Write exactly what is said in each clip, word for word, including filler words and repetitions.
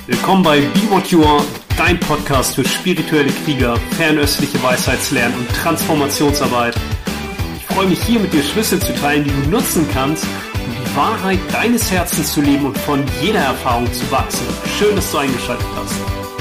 Willkommen bei Be What You Are, dein Podcast für spirituelle Krieger, fernöstliche Weisheitslernen und Transformationsarbeit. Ich freue mich hier mit dir Schlüssel zu teilen, die du nutzen kannst, um die Wahrheit deines Herzens zu leben und von jeder Erfahrung zu wachsen. Schön, dass du eingeschaltet hast.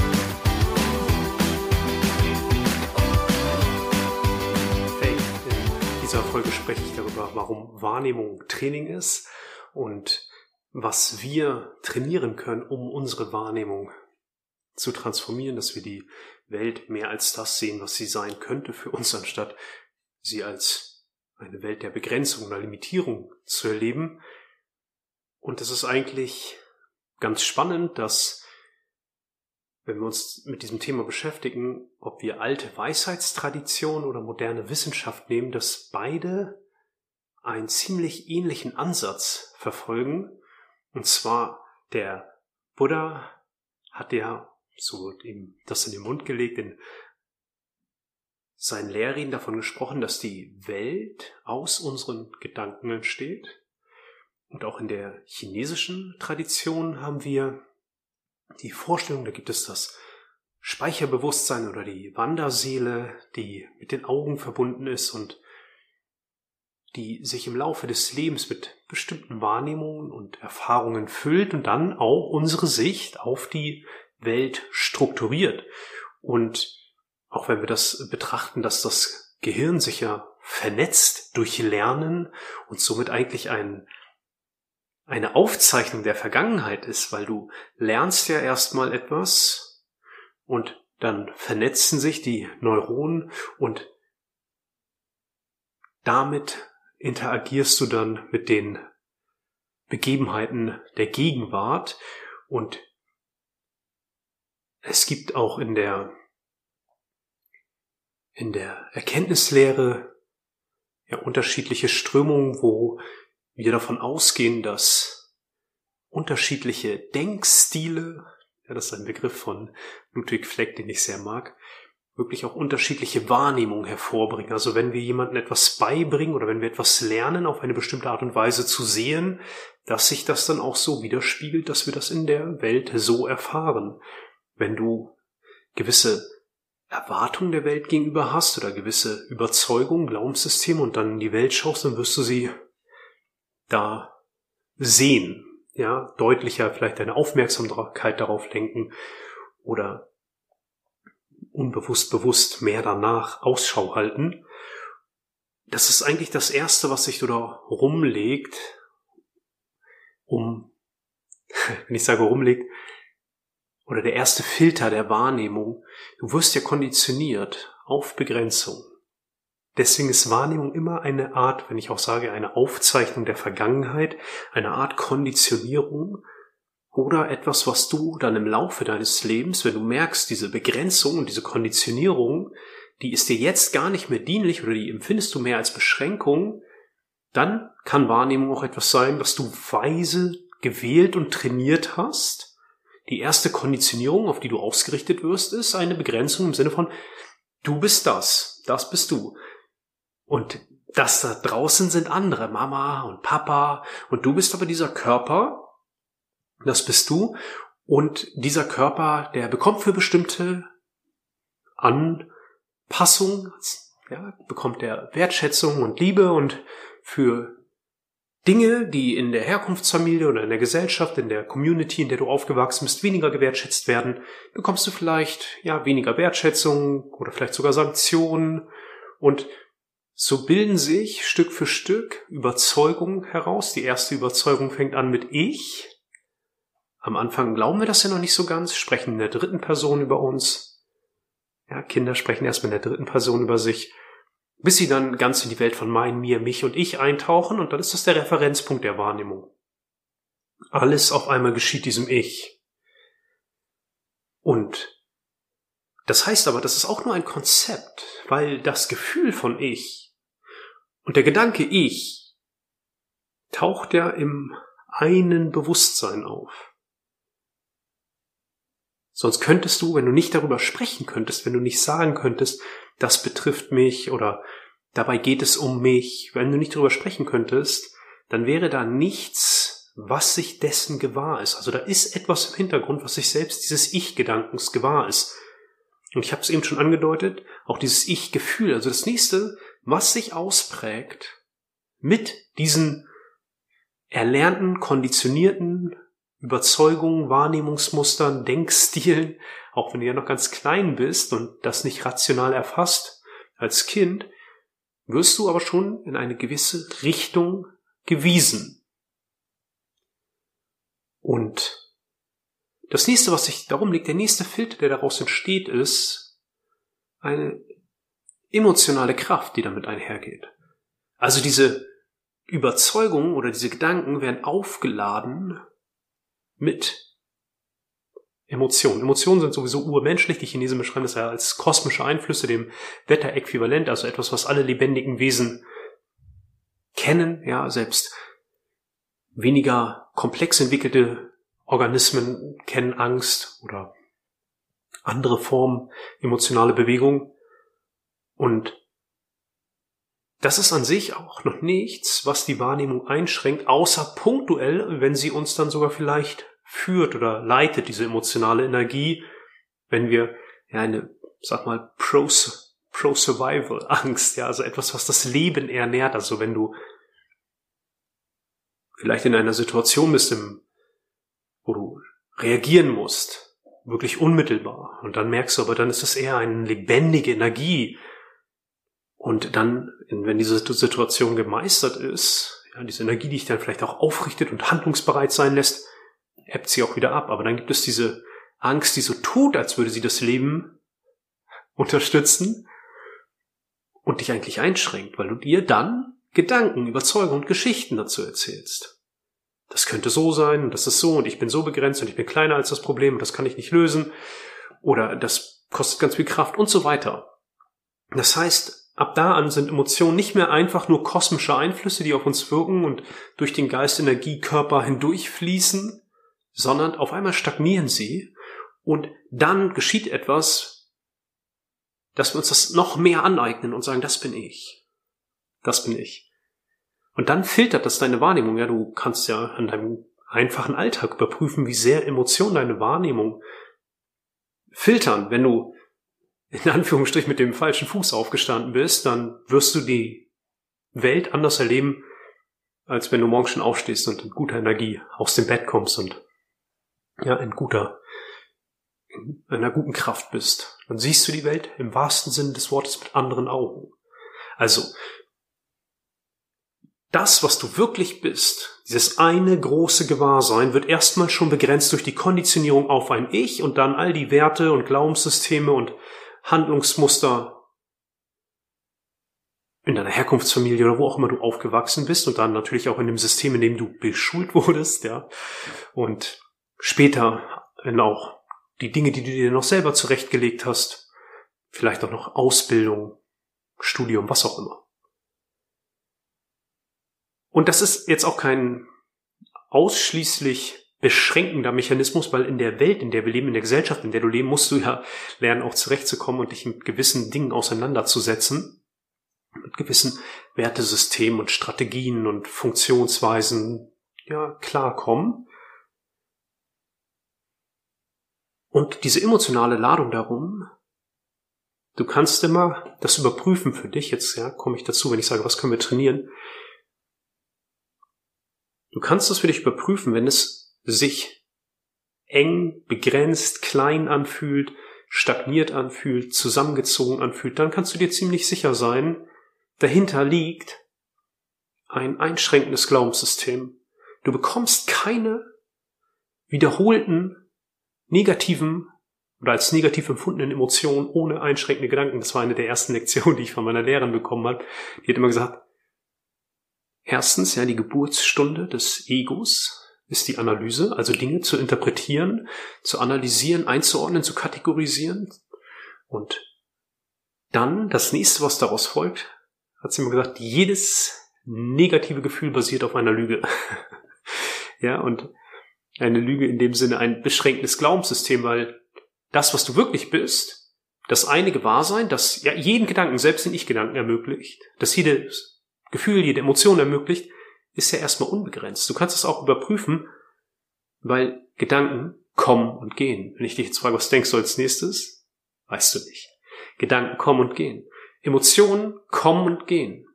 Hey, in dieser Folge spreche ich darüber, warum Wahrnehmung Training ist und was wir trainieren können, um unsere Wahrnehmung zu transformieren, dass wir die Welt mehr als das sehen, was sie sein könnte für uns, anstatt sie als eine Welt der Begrenzung oder Limitierung zu erleben. Und es ist eigentlich ganz spannend, dass, wenn wir uns mit diesem Thema beschäftigen, ob wir alte Weisheitstradition oder moderne Wissenschaft nehmen, dass beide einen ziemlich ähnlichen Ansatz verfolgen. Und zwar, der Buddha hat ja so ihm das in den Mund gelegt, in seinen Lehrreden davon gesprochen, dass die Welt aus unseren Gedanken entsteht. Und auch in der chinesischen Tradition haben wir die Vorstellung, da gibt es das Speicherbewusstsein oder die Wanderseele, die mit den Augen verbunden ist und die sich im Laufe des Lebens mit bestimmten Wahrnehmungen und Erfahrungen füllt und dann auch unsere Sicht auf die Welt strukturiert. Und auch wenn wir das betrachten, dass das Gehirn sich ja vernetzt durch Lernen und somit eigentlich ein, eine Aufzeichnung der Vergangenheit ist, weil du lernst ja erstmal etwas und dann vernetzen sich die Neuronen und damit interagierst du dann mit den Begebenheiten der Gegenwart. Und es gibt auch in der in der Erkenntnislehre ja unterschiedliche Strömungen, wo wir davon ausgehen, dass unterschiedliche Denkstile, ja, das ist ein Begriff von Ludwig Fleck, den ich sehr mag, wirklich auch unterschiedliche Wahrnehmungen hervorbringen. Also wenn wir jemandem etwas beibringen oder wenn wir etwas lernen, auf eine bestimmte Art und Weise zu sehen, dass sich das dann auch so widerspiegelt, dass wir das in der Welt so erfahren. Wenn du gewisse Erwartungen der Welt gegenüber hast oder gewisse Überzeugungen, Glaubenssysteme und dann in die Welt schaust, dann wirst du sie da sehen, ja, deutlicher vielleicht deine Aufmerksamkeit darauf lenken oder unbewusst, bewusst mehr danach Ausschau halten. Das ist eigentlich das Erste, was sich da rumlegt, um, wenn ich sage rumlegt, oder der erste Filter der Wahrnehmung. Du wirst ja konditioniert auf Begrenzung. Deswegen ist Wahrnehmung immer eine Art, wenn ich auch sage, eine Aufzeichnung der Vergangenheit, eine Art Konditionierung, oder etwas, was du dann im Laufe deines Lebens, wenn du merkst, diese Begrenzung und diese Konditionierung, die ist dir jetzt gar nicht mehr dienlich oder die empfindest du mehr als Beschränkung, dann kann Wahrnehmung auch etwas sein, was du weise gewählt und trainiert hast. Die erste Konditionierung, auf die du ausgerichtet wirst, ist eine Begrenzung im Sinne von, du bist das, das bist du. Und das da draußen sind andere, Mama und Papa, und du bist aber dieser Körper, das bist du, und dieser Körper, der bekommt für bestimmte Anpassungen, ja, bekommt er Wertschätzung und Liebe, und für Dinge, die in der Herkunftsfamilie oder in der Gesellschaft, in der Community, in der du aufgewachsen bist, weniger gewertschätzt werden, bekommst du vielleicht ja weniger Wertschätzung oder vielleicht sogar Sanktionen, und so bilden sich Stück für Stück Überzeugungen heraus. Die erste Überzeugung fängt an mit Ich. Am Anfang glauben wir das ja noch nicht so ganz, sprechen in der dritten Person über uns. Ja, Kinder sprechen erst in der dritten Person über sich, bis sie dann ganz in die Welt von mein, mir, mich und ich eintauchen, und dann ist das der Referenzpunkt der Wahrnehmung. Alles auf einmal geschieht diesem Ich. Und das heißt aber, das ist auch nur ein Konzept, weil das Gefühl von Ich und der Gedanke Ich taucht ja im einen Bewusstsein auf. Sonst könntest du, wenn du nicht darüber sprechen könntest, wenn du nicht sagen könntest, das betrifft mich oder dabei geht es um mich, wenn du nicht darüber sprechen könntest, dann wäre da nichts was sich dessen gewahr ist. Also da ist etwas im Hintergrund, was sich selbst dieses Ich-Gedankens gewahr ist. Und ich habe es eben schon angedeutet, auch dieses Ich-Gefühl, also das nächste, was sich ausprägt mit diesen erlernten, konditionierten Überzeugungen, Wahrnehmungsmustern, Denkstilen, auch wenn du ja noch ganz klein bist und das nicht rational erfasst als Kind, wirst du aber schon in eine gewisse Richtung gewiesen. Und das nächste, was sich darum liegt, der nächste Filter, der daraus entsteht, ist eine emotionale Kraft, die damit einhergeht. Also diese Überzeugungen oder diese Gedanken werden aufgeladen mit Emotionen. Emotionen sind sowieso urmenschlich. Die Chinesen beschreiben das ja als kosmische Einflüsse, dem Wetteräquivalent, also etwas, was alle lebendigen Wesen kennen. Ja, selbst weniger komplex entwickelte Organismen kennen Angst oder andere Formen emotionale Bewegung. Und das ist an sich auch noch nichts, was die Wahrnehmung einschränkt, außer punktuell, wenn sie uns dann sogar vielleicht führt oder leitet, diese emotionale Energie, wenn wir ja eine, sag mal, Pro, Pro-Survival-Angst, ja, also etwas, was das Leben ernährt, also wenn du vielleicht in einer Situation bist, im, wo du reagieren musst, wirklich unmittelbar, und dann merkst du aber, dann ist es eher eine lebendige Energie. Und dann, wenn diese Situation gemeistert ist, ja, diese Energie, die dich dann vielleicht auch aufrichtet und handlungsbereit sein lässt, ebbt sie auch wieder ab. Aber dann gibt es diese Angst, die so tut, als würde sie das Leben unterstützen und dich eigentlich einschränkt, weil du dir dann Gedanken, Überzeugungen und Geschichten dazu erzählst. Das könnte so sein und das ist so und ich bin so begrenzt und ich bin kleiner als das Problem und das kann ich nicht lösen oder das kostet ganz viel Kraft und so weiter. Das heißt, ab da an sind Emotionen nicht mehr einfach nur kosmische Einflüsse, die auf uns wirken und durch den Geist, Energie, Körper hindurchfließen, sondern auf einmal stagnieren sie und dann geschieht etwas, dass wir uns das noch mehr aneignen und sagen, das bin ich. Das bin ich. Und dann filtert das deine Wahrnehmung. Ja, du kannst ja an deinem einfachen Alltag überprüfen, wie sehr Emotionen deine Wahrnehmung filtern. Wenn du in Anführungsstrichen mit dem falschen Fuß aufgestanden bist, dann wirst du die Welt anders erleben, als wenn du morgens schon aufstehst und in guter Energie aus dem Bett kommst und ja, in guter, in einer guten Kraft bist. Dann siehst du die Welt im wahrsten Sinne des Wortes mit anderen Augen. Also, das, was du wirklich bist, dieses eine große Gewahrsein, wird erstmal schon begrenzt durch die Konditionierung auf ein Ich und dann all die Werte und Glaubenssysteme und Handlungsmuster in deiner Herkunftsfamilie oder wo auch immer du aufgewachsen bist und dann natürlich auch in dem System, in dem du beschult wurdest, ja. Und später dann auch die Dinge, die du dir noch selber zurechtgelegt hast, vielleicht auch noch Ausbildung, Studium, was auch immer. Und das ist jetzt auch kein ausschließlich beschränkender Mechanismus, weil in der Welt, in der wir leben, in der Gesellschaft, in der du lebst, musst du ja lernen, auch zurechtzukommen und dich mit gewissen Dingen auseinanderzusetzen, mit gewissen Wertesystemen und Strategien und Funktionsweisen, ja, klarkommen. Und diese emotionale Ladung darum, du kannst immer das überprüfen für dich, jetzt ja, komme ich dazu, wenn ich sage, was können wir trainieren. Du kannst das für dich überprüfen, wenn es sich eng, begrenzt, klein anfühlt, stagniert anfühlt, zusammengezogen anfühlt, dann kannst du dir ziemlich sicher sein, dahinter liegt ein einschränkendes Glaubenssystem. Du bekommst keine wiederholten, negativen oder als negativ empfundenen Emotionen ohne einschränkende Gedanken. Das war eine der ersten Lektionen, die ich von meiner Lehrerin bekommen habe. Die hat immer gesagt, erstens, ja, die Geburtsstunde des Egos ist die Analyse, also Dinge zu interpretieren, zu analysieren, einzuordnen, zu kategorisieren. Und dann, das nächste, was daraus folgt, hat sie immer gesagt, jedes negative Gefühl basiert auf einer Lüge. Ja, und eine Lüge in dem Sinne ein beschränktes Glaubenssystem, weil das, was du wirklich bist, das eine Gewahrsein, das ja jeden Gedanken, selbst den Ich-Gedanken ermöglicht, das jedes Gefühl, jede Emotion ermöglicht, ist ja erstmal unbegrenzt. Du kannst es auch überprüfen, weil Gedanken kommen und gehen. Wenn ich dich jetzt frage, was denkst du als nächstes? Weißt du nicht. Gedanken kommen und gehen. Emotionen kommen und gehen.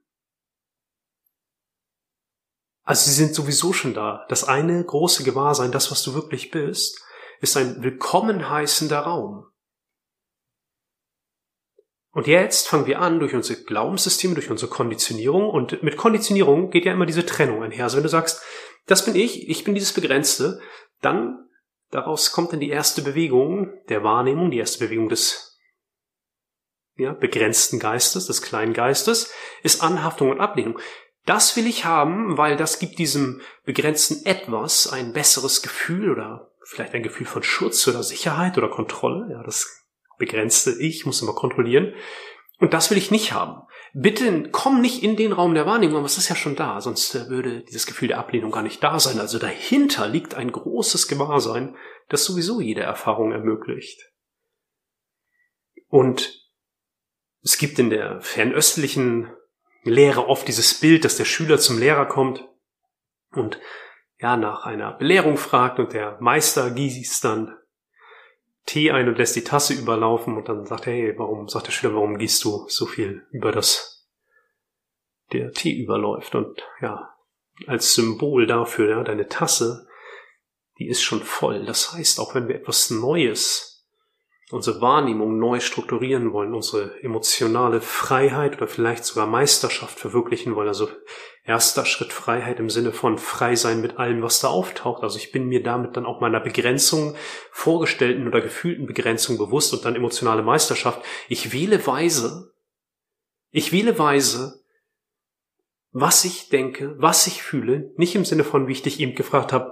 Also sie sind sowieso schon da. Das eine große Gewahrsein, das, was du wirklich bist, ist ein willkommen heißender Raum. Und jetzt fangen wir an durch unsere Glaubenssysteme, durch unsere Konditionierung. Und mit Konditionierung geht ja immer diese Trennung einher. Also wenn du sagst, das bin ich, ich bin dieses Begrenzte, dann daraus kommt dann die erste Bewegung der Wahrnehmung, die erste Bewegung des ja, begrenzten Geistes, des kleinen Geistes, ist Anhaftung und Ablehnung. Das will ich haben, weil das gibt diesem begrenzten Etwas ein besseres Gefühl oder vielleicht ein Gefühl von Schutz oder Sicherheit oder Kontrolle. Ja, das begrenzte Ich muss immer kontrollieren. Und das will ich nicht haben. Bitte komm nicht in den Raum der Wahrnehmung, aber es ist ja schon da, sonst würde dieses Gefühl der Ablehnung gar nicht da sein. Also dahinter liegt ein großes Gewahrsein, das sowieso jede Erfahrung ermöglicht. Und es gibt in der fernöstlichen Lehre oft dieses Bild, dass der Schüler zum Lehrer kommt und ja nach einer Belehrung fragt und der Meister gießt dann Tee ein und lässt die Tasse überlaufen und dann sagt er, hey, warum, sagt der Schüler, warum gießt du so viel über das, der Tee überläuft? Und ja, als Symbol dafür, ja, deine Tasse, die ist schon voll. Das heißt, auch wenn wir etwas Neues, unsere Wahrnehmung neu strukturieren wollen, unsere emotionale Freiheit oder vielleicht sogar Meisterschaft verwirklichen wollen, also erster Schritt Freiheit im Sinne von frei sein mit allem, was da auftaucht. Also ich bin mir damit dann auch meiner Begrenzung, vorgestellten oder gefühlten Begrenzung bewusst und dann emotionale Meisterschaft. Ich wähle weise, ich wähle weise, was ich denke, was ich fühle, nicht im Sinne von, wie ich dich eben gefragt habe,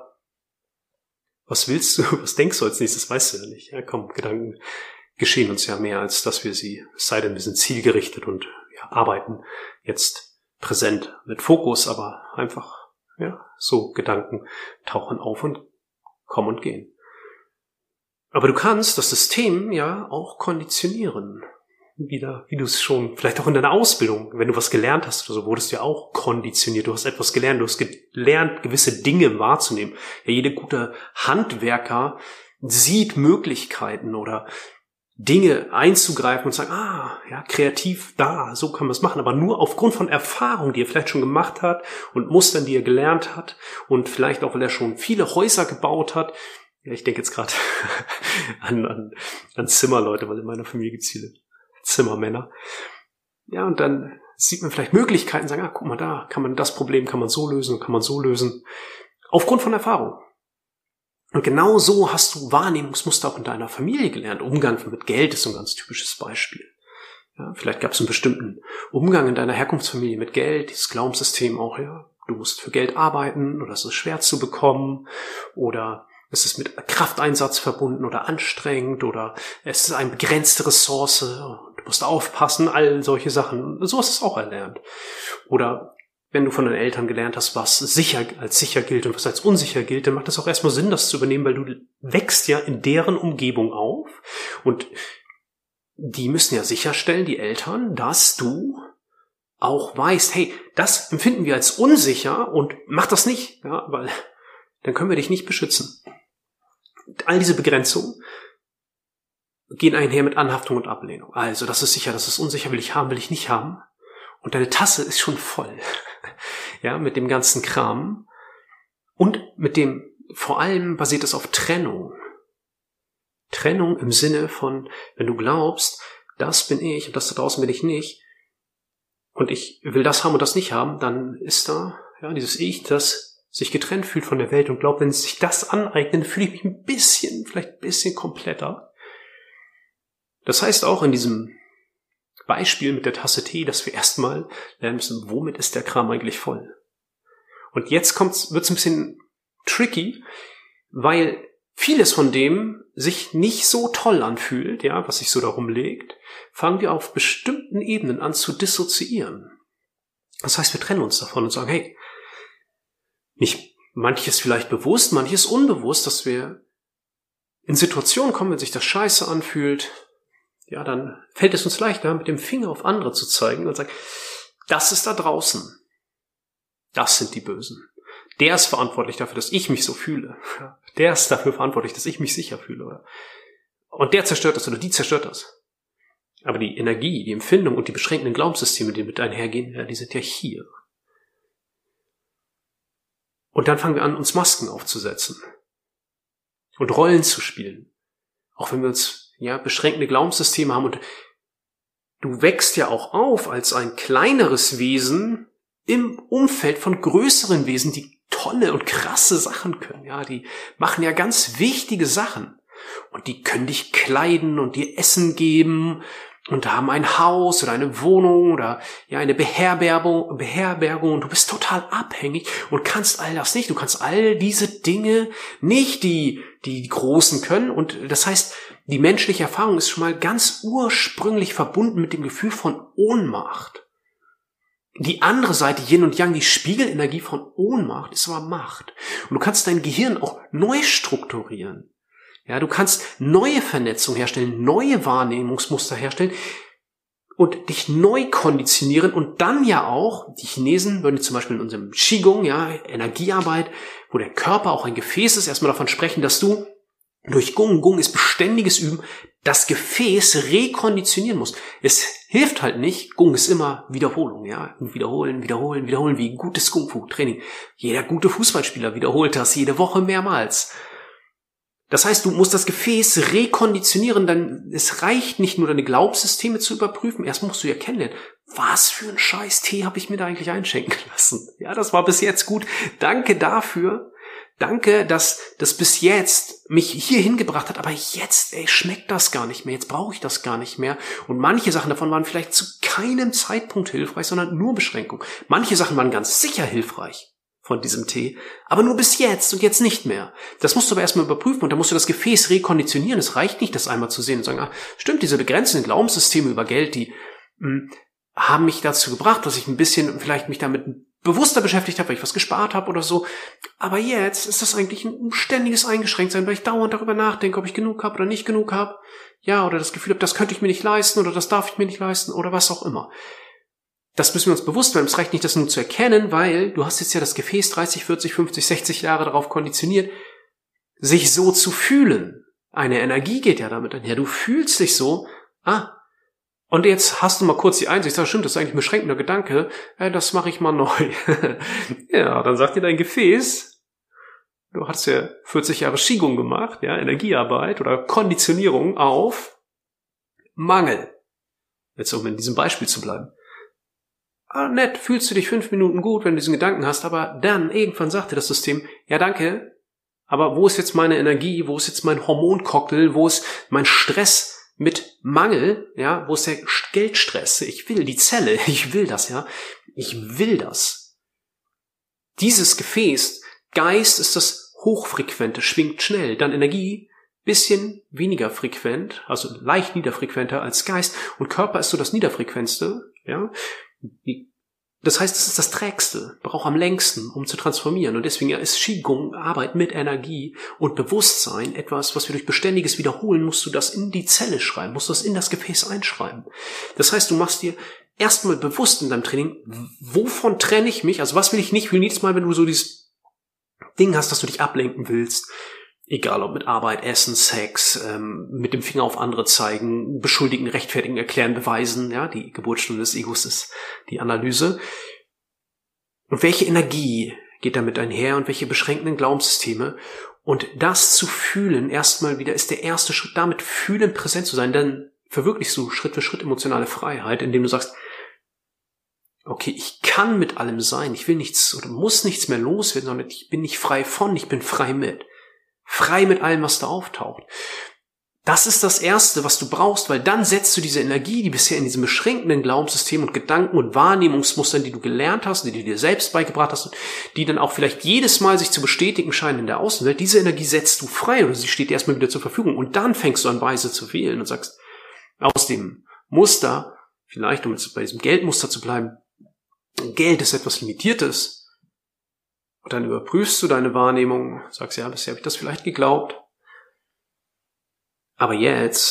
was willst du, was denkst du als nächstes, weißt du ja nicht. Ja, komm, Gedanken geschehen uns ja mehr, als dass wir sie, es sei denn, wir sind zielgerichtet und ja, arbeiten jetzt präsent mit Fokus, aber einfach, ja, so Gedanken tauchen auf und kommen und gehen. Aber du kannst das System ja auch konditionieren. Wieder, wie du es schon, vielleicht auch in deiner Ausbildung, wenn du was gelernt hast oder so, wurdest du ja auch konditioniert. Du hast etwas gelernt, du hast gelernt, gewisse Dinge wahrzunehmen. Ja, jeder gute Handwerker sieht Möglichkeiten oder Dinge einzugreifen und sagen, ah, ja, kreativ da, so kann man es machen, aber nur aufgrund von Erfahrungen, die er vielleicht schon gemacht hat und Mustern, die er gelernt hat und vielleicht auch, weil er schon viele Häuser gebaut hat. Ja, ich denke jetzt gerade an, an, an Zimmerleute, weil in meiner Familie gibt es viele Zimmermänner. Ja, und dann sieht man vielleicht Möglichkeiten, sagen, ah, guck mal, da kann man das Problem, kann man so lösen, kann man so lösen. Aufgrund von Erfahrung. Und genau so hast du Wahrnehmungsmuster auch in deiner Familie gelernt. Umgang mit Geld ist so ein ganz typisches Beispiel. Ja, vielleicht gab es einen bestimmten Umgang in deiner Herkunftsfamilie mit Geld, dieses Glaubenssystem auch, ja, du musst für Geld arbeiten oder es ist schwer zu bekommen oder es ist mit Krafteinsatz verbunden oder anstrengend oder es ist eine begrenzte Ressource, du musst aufpassen, all solche Sachen. So hast du es auch erlernt. Oder wenn du von deinen Eltern gelernt hast, was sicher als sicher gilt und was als unsicher gilt, dann macht es auch erstmal Sinn, das zu übernehmen, weil du wächst ja in deren Umgebung auf und die müssen ja sicherstellen, die Eltern, dass du auch weißt, hey, das empfinden wir als unsicher und mach das nicht, ja, weil dann können wir dich nicht beschützen. All diese Begrenzungen gehen einher mit Anhaftung und Ablehnung. Also, das ist sicher, das ist unsicher, will ich haben, will ich nicht haben. Und deine Tasse ist schon voll. Ja, mit dem ganzen Kram. Und mit dem, vor allem basiert es auf Trennung. Trennung im Sinne von, wenn du glaubst, das bin ich und das da draußen bin ich nicht, und ich will das haben und das nicht haben, dann ist da, ja, dieses Ich, das sich getrennt fühlt von der Welt und glaubt, wenn es sich das aneignet, fühle ich mich ein bisschen, vielleicht ein bisschen kompletter. Das heißt auch in diesem Beispiel mit der Tasse Tee, dass wir erstmal lernen müssen, womit ist der Kram eigentlich voll? Und jetzt wird es ein bisschen tricky, weil vieles von dem sich nicht so toll anfühlt, ja, was sich so darum legt, fangen wir auf bestimmten Ebenen an zu dissoziieren. Das heißt, wir trennen uns davon und sagen, hey, nicht manches vielleicht bewusst, manches unbewusst, dass wir in Situationen kommen, wenn sich das scheiße anfühlt, ja, dann fällt es uns leichter, mit dem Finger auf andere zu zeigen und sagen, das ist da draußen. Das sind die Bösen. Der ist verantwortlich dafür, dass ich mich so fühle. Der ist dafür verantwortlich, dass ich mich sicher fühle. Oder? Und der zerstört das oder die zerstört das. Aber die Energie, die Empfindung und die beschränkenden Glaubenssysteme, die mit einhergehen, ja, die sind ja hier. Und dann fangen wir an, uns Masken aufzusetzen und Rollen zu spielen. Auch wenn wir uns ja beschränkende Glaubenssysteme haben und du wächst ja auch auf als ein kleineres Wesen im Umfeld von größeren Wesen, die tolle und krasse Sachen können. Ja, die machen ja ganz wichtige Sachen. Und die können dich kleiden und dir Essen geben und haben ein Haus oder eine Wohnung oder ja eine Beherbergung, Beherbergung und du bist total abhängig und kannst all das nicht. Du kannst all diese Dinge nicht, die die Großen können. Und das heißt, die menschliche Erfahrung ist schon mal ganz ursprünglich verbunden mit dem Gefühl von Ohnmacht. Die andere Seite, Yin und Yang, die Spiegelenergie von Ohnmacht, ist aber Macht. Und du kannst dein Gehirn auch neu strukturieren. Ja, du kannst neue Vernetzungen herstellen, neue Wahrnehmungsmuster herstellen und dich neu konditionieren und dann ja auch, die Chinesen würden zum Beispiel in unserem Qigong, ja, Energiearbeit, wo der Körper auch ein Gefäß ist, erstmal davon sprechen, dass du durch Gong, Gong ist beständiges Üben, das Gefäß rekonditionieren musst. Es hilft halt nicht, Gong ist immer Wiederholung, ja, wiederholen, wiederholen, wiederholen, wie gutes Kung-Fu-Training. Jeder gute Fußballspieler wiederholt das jede Woche mehrmals. Das heißt, du musst das Gefäß rekonditionieren, dann es reicht nicht nur deine Glaubenssysteme zu überprüfen, erst musst du ja kennenlernen, was für ein scheiß Tee habe ich mir da eigentlich einschenken lassen. Ja, das war bis jetzt gut. Danke dafür. Danke, dass das bis jetzt mich hier hingebracht hat, aber jetzt, ey, schmeckt das gar nicht mehr, jetzt brauche ich das gar nicht mehr. Und manche Sachen davon waren vielleicht zu keinem Zeitpunkt hilfreich, sondern nur Beschränkung. Manche Sachen waren ganz sicher hilfreich von diesem Tee, aber nur bis jetzt und jetzt nicht mehr. Das musst du aber erstmal überprüfen und da musst du das Gefäß rekonditionieren. Es reicht nicht, das einmal zu sehen und sagen, ah, stimmt, diese begrenzenden Glaubenssysteme über Geld, die mh, haben mich dazu gebracht, dass ich ein bisschen vielleicht mich damit bewusster beschäftigt habe, weil ich was gespart habe oder so. Aber jetzt ist das eigentlich ein ständiges Eingeschränktsein, weil ich dauernd darüber nachdenke, ob ich genug habe oder nicht genug habe. Ja, oder das Gefühl habe, das könnte ich mir nicht leisten oder das darf ich mir nicht leisten oder was auch immer. Das müssen wir uns bewusst werden. Es reicht nicht, das nur zu erkennen, weil du hast jetzt ja das Gefäß dreißig, vierzig, fünfzig, sechzig Jahre darauf konditioniert, sich so zu fühlen. Eine Energie geht ja damit einher. Du fühlst dich so, ah, und jetzt hast du mal kurz die Einsicht, sag, stimmt, das ist eigentlich ein beschränkender Gedanke, äh, das mache ich mal neu. Ja, dann sagt dir dein Gefäß, du hast ja vierzig Jahre Qigong gemacht, ja, Energiearbeit oder Konditionierung auf Mangel. Jetzt um in diesem Beispiel zu bleiben. Ah, nett, fühlst du dich fünf Minuten gut, wenn du diesen Gedanken hast, aber dann irgendwann sagt dir das System, ja danke, aber wo ist jetzt meine Energie, wo ist jetzt mein Hormoncocktail, wo ist mein Stress mit Mangel, ja, wo ist der Geldstress? Ich will die Zelle, ich will das, ja, ich will das. Dieses Gefäß, Geist ist das Hochfrequente, schwingt schnell, dann Energie, bisschen weniger frequent, also leicht niederfrequenter als Geist und Körper ist so das Niederfrequenzte, ja. Das heißt, es ist das Trägste, braucht am längsten, um zu transformieren. Und deswegen ist Qigong, Arbeit mit Energie und Bewusstsein etwas, was wir durch beständiges Wiederholen, musst du das in die Zelle schreiben, musst du das in das Gefäß einschreiben. Das heißt, du machst dir erstmal bewusst in deinem Training, wovon trenne ich mich, also was will ich nicht, will jedes Mal, wenn du so dieses Ding hast, dass du dich ablenken willst, egal ob mit Arbeit, Essen, Sex, ähm, mit dem Finger auf andere zeigen, beschuldigen, rechtfertigen, erklären, beweisen, ja, die Geburtsstunde des Egos ist die Analyse. Und welche Energie geht damit einher und welche beschränkenden Glaubenssysteme? Und das zu fühlen, erstmal wieder, ist der erste Schritt, damit fühlen, präsent zu sein, dann verwirklichst du Schritt für Schritt emotionale Freiheit, indem du sagst, okay, ich kann mit allem sein, ich will nichts oder muss nichts mehr loswerden, sondern ich bin nicht frei von, ich bin frei mit. Frei mit allem, was da auftaucht. Das ist das Erste, was du brauchst, weil dann setzt du diese Energie, die bisher in diesem beschränkenden Glaubenssystem und Gedanken und Wahrnehmungsmustern, die du gelernt hast, die du dir selbst beigebracht hast, die dann auch vielleicht jedes Mal sich zu bestätigen scheinen in der Außenwelt, diese Energie setzt du frei oder sie steht erstmal wieder zur Verfügung und dann fängst du an, weise zu wählen und sagst, aus dem Muster, vielleicht um jetzt bei diesem Geldmuster zu bleiben, Geld ist etwas Limitiertes. Und dann überprüfst du deine Wahrnehmung, sagst, ja, bisher habe ich das vielleicht geglaubt. Aber jetzt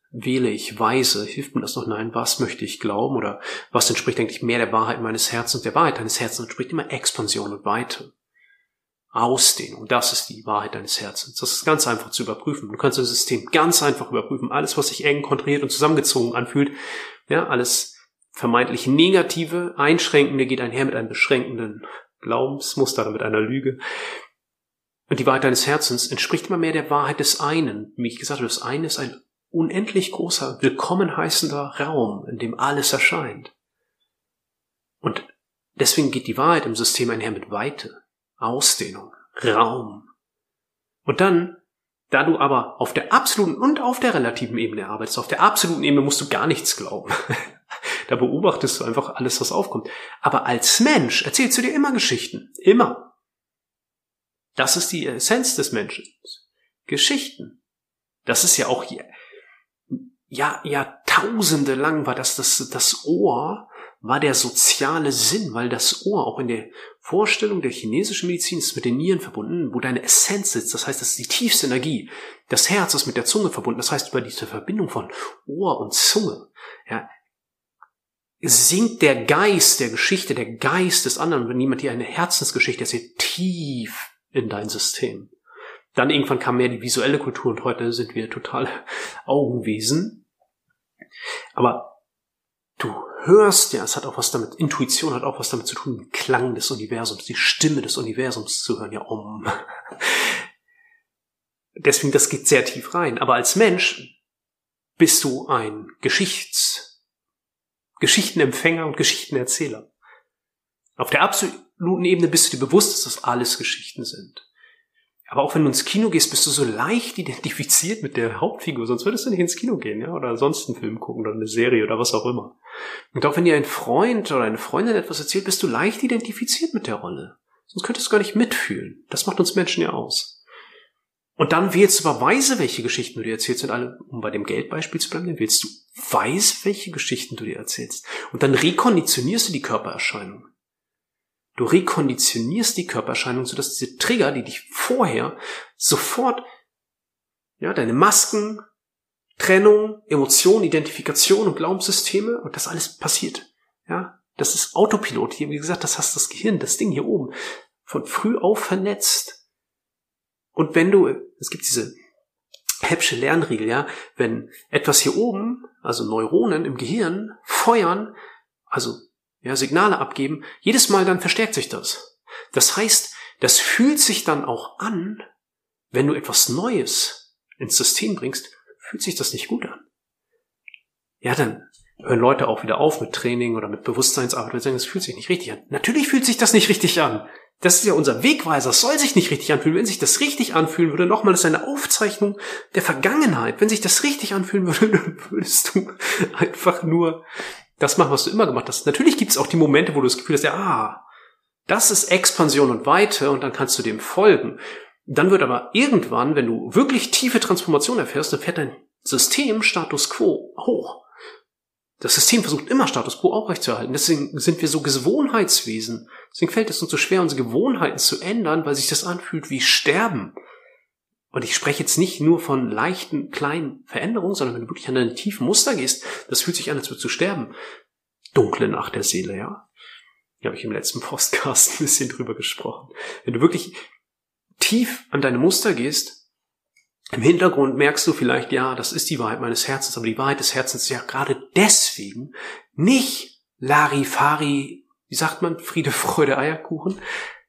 wähle ich weise? Hilft mir das noch? Nein, was möchte ich glauben? Oder was entspricht eigentlich mehr der Wahrheit meines Herzens? Der Wahrheit deines Herzens entspricht immer Expansion und Weite. Ausdehnung, das ist die Wahrheit deines Herzens. Das ist ganz einfach zu überprüfen. Du kannst das System ganz einfach überprüfen. Alles, was sich eng, kontrahiert und zusammengezogen anfühlt, ja, alles vermeintlich Negative, Einschränkende geht einher mit einem beschränkenden Glaubensmuster, mit einer Lüge. Und die Wahrheit deines Herzens entspricht immer mehr der Wahrheit des einen. Wie ich gesagt habe, das eine ist ein unendlich großer, willkommen heißender Raum, in dem alles erscheint. Und deswegen geht die Wahrheit im System einher mit Weite, Ausdehnung, Raum. Und dann, da du aber auf der absoluten und auf der relativen Ebene arbeitest, auf der absoluten Ebene musst du gar nichts glauben. Da beobachtest du einfach alles, was aufkommt. Aber als Mensch erzählst du dir immer Geschichten. Immer. Das ist die Essenz des Menschen. Geschichten. Das ist ja auch hier, ja, Jahrtausende lang war das, das, das Ohr war der soziale Sinn, weil das Ohr auch in der Vorstellung der chinesischen Medizin ist mit den Nieren verbunden, wo deine Essenz sitzt. Das heißt, das ist die tiefste Energie. Das Herz ist mit der Zunge verbunden. Das heißt, über diese Verbindung von Ohr und Zunge, ja, sinkt der Geist der Geschichte, der Geist des anderen, wenn jemand dir eine Herzensgeschichte erzählt, tief in dein System. Dann irgendwann kam mehr die visuelle Kultur und heute sind wir total Augenwesen. Aber du hörst ja, es hat auch was damit, Intuition hat auch was damit zu tun, den Klang des Universums, die Stimme des Universums zu hören, ja, um. Deswegen, das geht sehr tief rein. Aber als Mensch bist du ein Geschichts Geschichtenempfänger und Geschichtenerzähler. Auf der absoluten Ebene bist du dir bewusst, dass das alles Geschichten sind. Aber auch wenn du ins Kino gehst, bist du so leicht identifiziert mit der Hauptfigur, sonst würdest du nicht ins Kino gehen, ja, oder sonst einen Film gucken oder eine Serie oder was auch immer. Und auch wenn dir ein Freund oder eine Freundin etwas erzählt, bist du leicht identifiziert mit der Rolle. Sonst könntest du gar nicht mitfühlen. Das macht uns Menschen ja aus. Und dann wählst du aber weise, welche Geschichten du dir erzählst. Und alle, um bei dem Geldbeispiel zu bleiben, dann wählst du weise, welche Geschichten du dir erzählst. Und dann rekonditionierst du die Körpererscheinung. Du rekonditionierst die Körpererscheinung, sodass diese Trigger, die dich vorher sofort, ja, deine Masken, Trennung, Emotionen, Identifikation und Glaubenssysteme, und das alles passiert. Ja, das ist Autopilot hier. Wie gesagt, das hast das Gehirn, das Ding hier oben, von früh auf vernetzt. Und wenn du, es gibt diese Hebbsche Lernregel, ja, wenn etwas hier oben, also Neuronen im Gehirn, feuern, also ja, Signale abgeben, jedes Mal dann verstärkt sich das. Das heißt, das fühlt sich dann auch an, wenn du etwas Neues ins System bringst, fühlt sich das nicht gut an. Ja, dann hören Leute auch wieder auf mit Training oder mit Bewusstseinsarbeit und sagen, das fühlt sich nicht richtig an. Natürlich fühlt sich das nicht richtig an. Das ist ja unser Wegweiser, es soll sich nicht richtig anfühlen. Wenn sich das richtig anfühlen würde, nochmal, das ist eine Aufzeichnung der Vergangenheit. Wenn sich das richtig anfühlen würde, dann würdest du einfach nur das machen, was du immer gemacht hast. Natürlich gibt es auch die Momente, wo du das Gefühl hast, ja, ah, das ist Expansion und Weite und dann kannst du dem folgen. Dann wird aber irgendwann, wenn du wirklich tiefe Transformation erfährst, dann fährt dein System Status Quo hoch. Das System versucht immer Status Quo aufrechtzuerhalten. Deswegen sind wir so Gewohnheitswesen. Deswegen fällt es uns so schwer, unsere Gewohnheiten zu ändern, weil sich das anfühlt wie Sterben. Und ich spreche jetzt nicht nur von leichten, kleinen Veränderungen, sondern wenn du wirklich an deine tiefen Muster gehst, das fühlt sich an, als würdest du sterben. Dunkle Nacht der Seele, ja. Hier habe ich im letzten Podcast ein bisschen drüber gesprochen. Wenn du wirklich tief an deine Muster gehst, im Hintergrund merkst du vielleicht, ja, das ist die Wahrheit meines Herzens, aber die Wahrheit des Herzens ist ja gerade deswegen nicht Larifari, wie sagt man, Friede, Freude, Eierkuchen,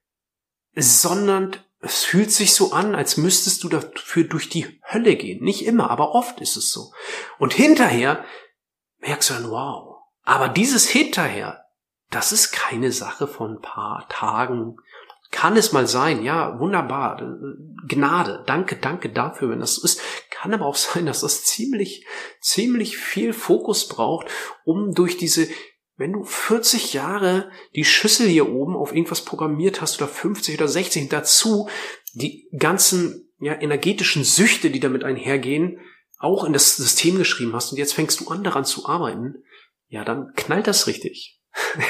sondern es fühlt sich so an, als müsstest du dafür durch die Hölle gehen. Nicht immer, aber oft ist es so. Und hinterher merkst du dann, wow, aber dieses Hinterher, das ist keine Sache von ein paar Tagen. Kann es mal sein, ja, wunderbar, Gnade, danke, danke dafür, wenn das so ist. Kann aber auch sein, dass das ziemlich, ziemlich viel Fokus braucht, um durch diese, wenn du vierzig Jahre die Schüssel hier oben auf irgendwas programmiert hast oder fünfzig oder sechzig und dazu die ganzen, ja, energetischen Süchte, die damit einhergehen, auch in das System geschrieben hast und jetzt fängst du an, daran zu arbeiten, ja, dann knallt das richtig.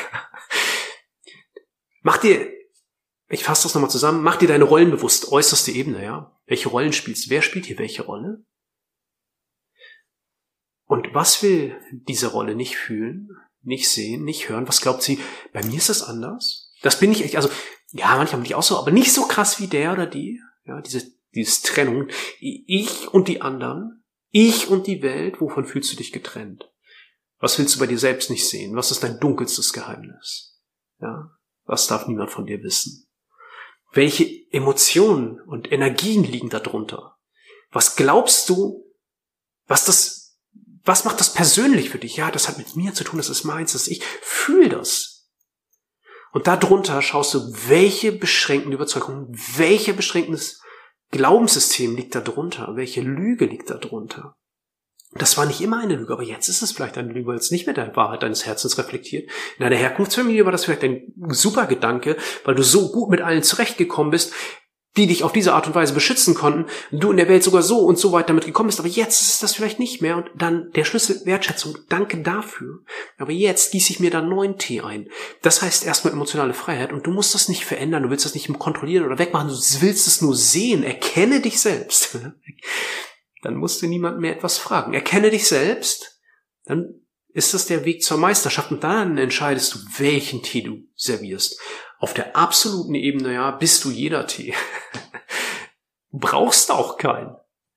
Mach dir Ich fasse das nochmal zusammen. Mach dir deine Rollen bewusst, äußerste Ebene, ja. Welche Rollen spielst du? Wer spielt hier welche Rolle? Und was will diese Rolle nicht fühlen, nicht sehen, nicht hören? Was glaubt sie? Bei mir ist das anders. Das bin ich echt, also, ja, manchmal bin ich auch so, aber nicht so krass wie der oder die. Ja, diese, diese Trennung. Ich und die anderen. Ich und die Welt. Wovon fühlst du dich getrennt? Was willst du bei dir selbst nicht sehen? Was ist dein dunkelstes Geheimnis? Ja, was darf niemand von dir wissen? Welche Emotionen und Energien liegen da drunter? Was glaubst du, was das, was macht das persönlich für dich? Ja, das hat mit mir zu tun, das ist meins, das ist ich. Fühl das. Und darunter schaust du, welche beschränkende Überzeugung, welche beschränkendes Glaubenssystem liegt da drunter, welche Lüge liegt da drunter. Das war nicht immer eine Lüge, aber jetzt ist es vielleicht eine Lüge, weil es nicht mit der Wahrheit deines Herzens reflektiert. In deiner Herkunftsfamilie war das vielleicht ein super Gedanke, weil du so gut mit allen zurechtgekommen bist, die dich auf diese Art und Weise beschützen konnten, du in der Welt sogar so und so weit damit gekommen bist, aber jetzt ist das vielleicht nicht mehr. Und dann der Schlüssel Wertschätzung, danke dafür. Aber jetzt gieße ich mir da neuen Tee ein. Das heißt erstmal emotionale Freiheit und du musst das nicht verändern, du willst das nicht kontrollieren oder wegmachen, du willst es nur sehen, erkenne dich selbst. Dann musst du niemanden mehr etwas fragen. Erkenne dich selbst, dann ist das der Weg zur Meisterschaft und dann entscheidest du, welchen Tee du servierst. Auf der absoluten Ebene, ja, bist du jeder Tee. Brauchst auch keinen.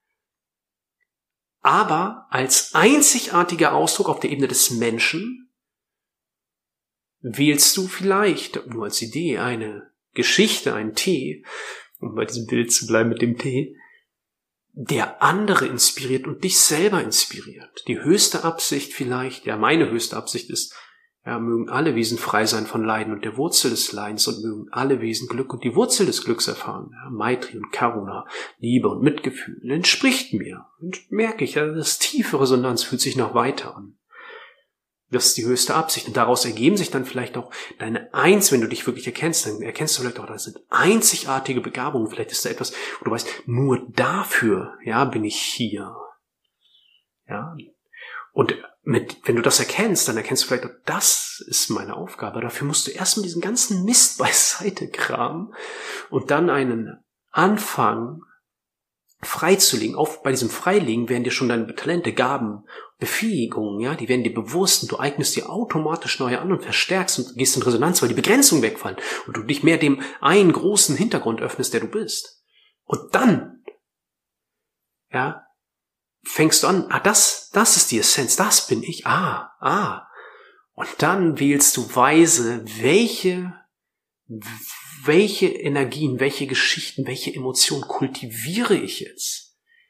Aber als einzigartiger Ausdruck auf der Ebene des Menschen wählst du vielleicht, nur als Idee, eine Geschichte, einen Tee, um bei diesem Bild zu bleiben mit dem Tee, der andere inspiriert und dich selber inspiriert. Die höchste Absicht vielleicht, ja, meine höchste Absicht ist, ja, mögen alle Wesen frei sein von Leiden und der Wurzel des Leidens und mögen alle Wesen Glück und die Wurzel des Glücks erfahren. Ja, Maitri und Karuna, Liebe und Mitgefühl, entspricht mir. Und merke ich, ja, das tiefe Resonanz fühlt sich noch weiter an. Das ist die höchste Absicht. Und daraus ergeben sich dann vielleicht auch deine Eins, wenn du dich wirklich erkennst, dann erkennst du vielleicht auch, das sind einzigartige Begabungen. Vielleicht ist da etwas, wo du weißt, nur dafür, ja, bin ich hier. Ja. Und mit, wenn du das erkennst, dann erkennst du vielleicht, auch, das ist meine Aufgabe. Dafür musst du erstmal diesen ganzen Mist beiseite kramen und dann einen Anfang freizulegen. Auf, bei diesem Freilegen werden dir schon deine Talente, Gaben, Befähigungen, ja, die werden dir bewusst und du eignest dir automatisch neue an und verstärkst und gehst in Resonanz, weil die Begrenzungen wegfallen und du dich mehr dem einen großen Hintergrund öffnest, der du bist. Und dann, ja, fängst du an, ah, das, das ist die Essenz, das bin ich, ah, ah. Und dann wählst du weise, welche, welche Energien, welche Geschichten, welche Emotionen kultiviere ich jetzt?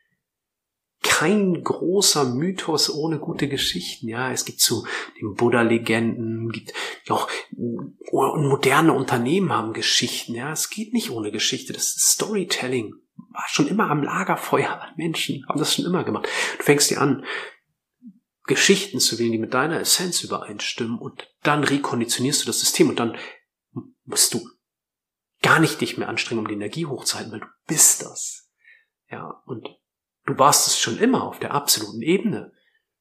Kein großer Mythos ohne gute Geschichten, ja. Es gibt zu den Buddha-Legenden, gibt auch moderne Unternehmen haben Geschichten, ja. Es geht nicht ohne Geschichte, das ist Storytelling. War schon immer am Lagerfeuer an Menschen, haben das schon immer gemacht. Du fängst dir an, Geschichten zu wählen, die mit deiner Essenz übereinstimmen und dann rekonditionierst du das System und dann musst du gar nicht dich mehr anstrengen, um die Energie hochzuhalten, weil du bist das. Ja, und du warst es schon immer auf der absoluten Ebene.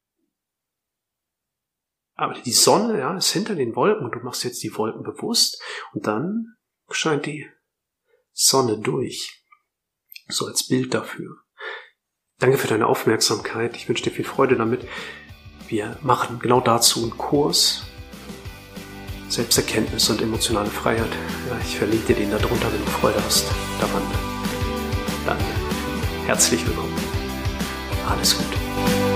Aber die Sonne, ja, ist hinter den Wolken und du machst jetzt die Wolken bewusst und dann scheint die Sonne durch. So als Bild dafür. Danke für deine Aufmerksamkeit. Ich wünsche dir viel Freude damit. Wir machen genau dazu einen Kurs. Selbsterkenntnis und emotionale Freiheit. Ja, ich verlinke dir den da drunter, wenn du Freude hast daran. Dann herzlich willkommen. Alles Gute.